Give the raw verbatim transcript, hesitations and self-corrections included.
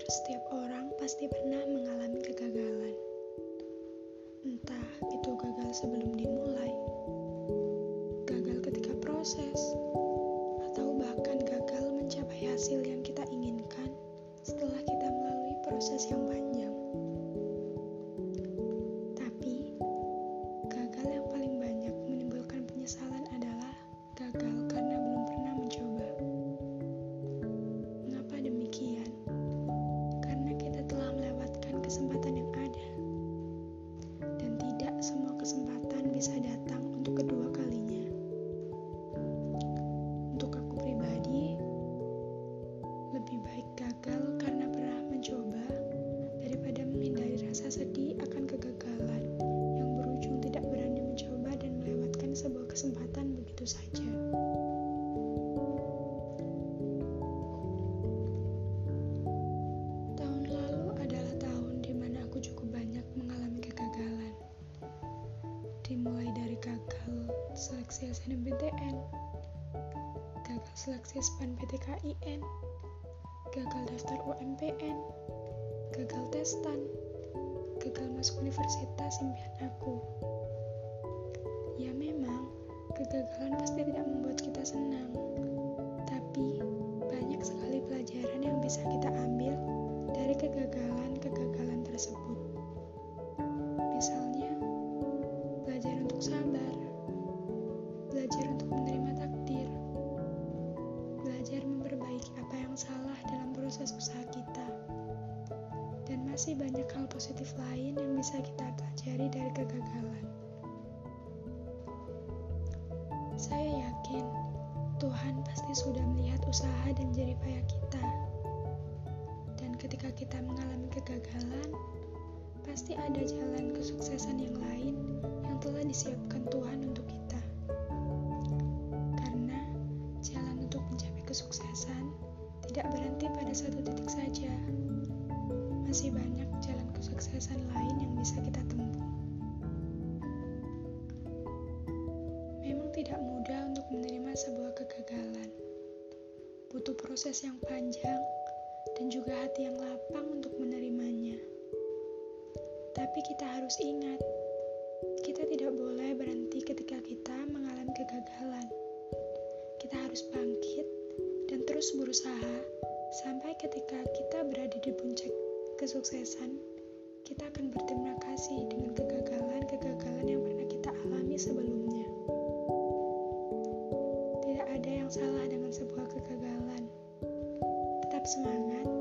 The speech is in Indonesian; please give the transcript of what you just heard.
Setiap orang pasti pernah mengalami kegagalan. Entah itu gagal sebelum dimulai, gagal ketika proses, atau bahkan gagal mencapai hasil yang kita inginkan setelah kita melalui proses yang panjang. Tapi, gagal yang paling banyak menimbulkan penyesalan adalah gagal karena belum pernah mencoba. Mengapa demikian? Karena kita telah melewatkan kesempatan yang ada, dan tidak semua kesempatan bisa datang untuk kedua kalinya. Untuk aku pribadi, lebih baik gagal karena pernah mencoba daripada menghindari rasa sedih akan kegagalan yang berujung tidak berani mencoba dan melewatkan sebuah kesempatan begitu saja. Tahun lalu adalah tahun di mana aku cukup banyak mengalami kegagalan. Dimulai dari gagal seleksi S N M P T N, gagal seleksi S P A N P T K I N, gagal daftar U M P N, gagal tes T A N, gagal masuk universitas impian aku. Ya memang, kegagalan pasti tidak membuat kita senang, tapi banyak sekali pelajaran yang bisa kita ambil dari kegagalan-kegagalan tersebut. Misalnya, belajar untuk sabar, belajar untuk menerima takdir, belajar memperbaiki apa yang salah dalam proses usaha kita, dan masih banyak hal positif lain yang bisa kita pelajari dari kegagalan. Saya yakin Tuhan pasti sudah melihat usaha dan jerih payah kita. Dan ketika kita mengalami kegagalan, pasti ada jalan kesuksesan yang lain yang telah disiapkan Tuhan untuk kita. Karena jalan untuk mencapai kesuksesan tidak berhenti pada satu titik saja. Masih banyak jalan kesuksesan lain yang bisa kita tempuh. Memang tidak mudah untuk menerima sebuah kegagalan. Butuh proses yang panjang dan juga hati yang lapang untuk menerimanya. Tapi kita harus ingat, kita tidak boleh berhenti ketika kita mengalami kegagalan. Kita harus bangkit dan terus berusaha sampai ketika kita berada di puncak kesuksesan, kita akan berterima kasih dengan kegagalan-kegagalan yang pernah kita alami sebelumnya. Tidak ada yang salah dengan sebuah kegagalan. Tetap semangat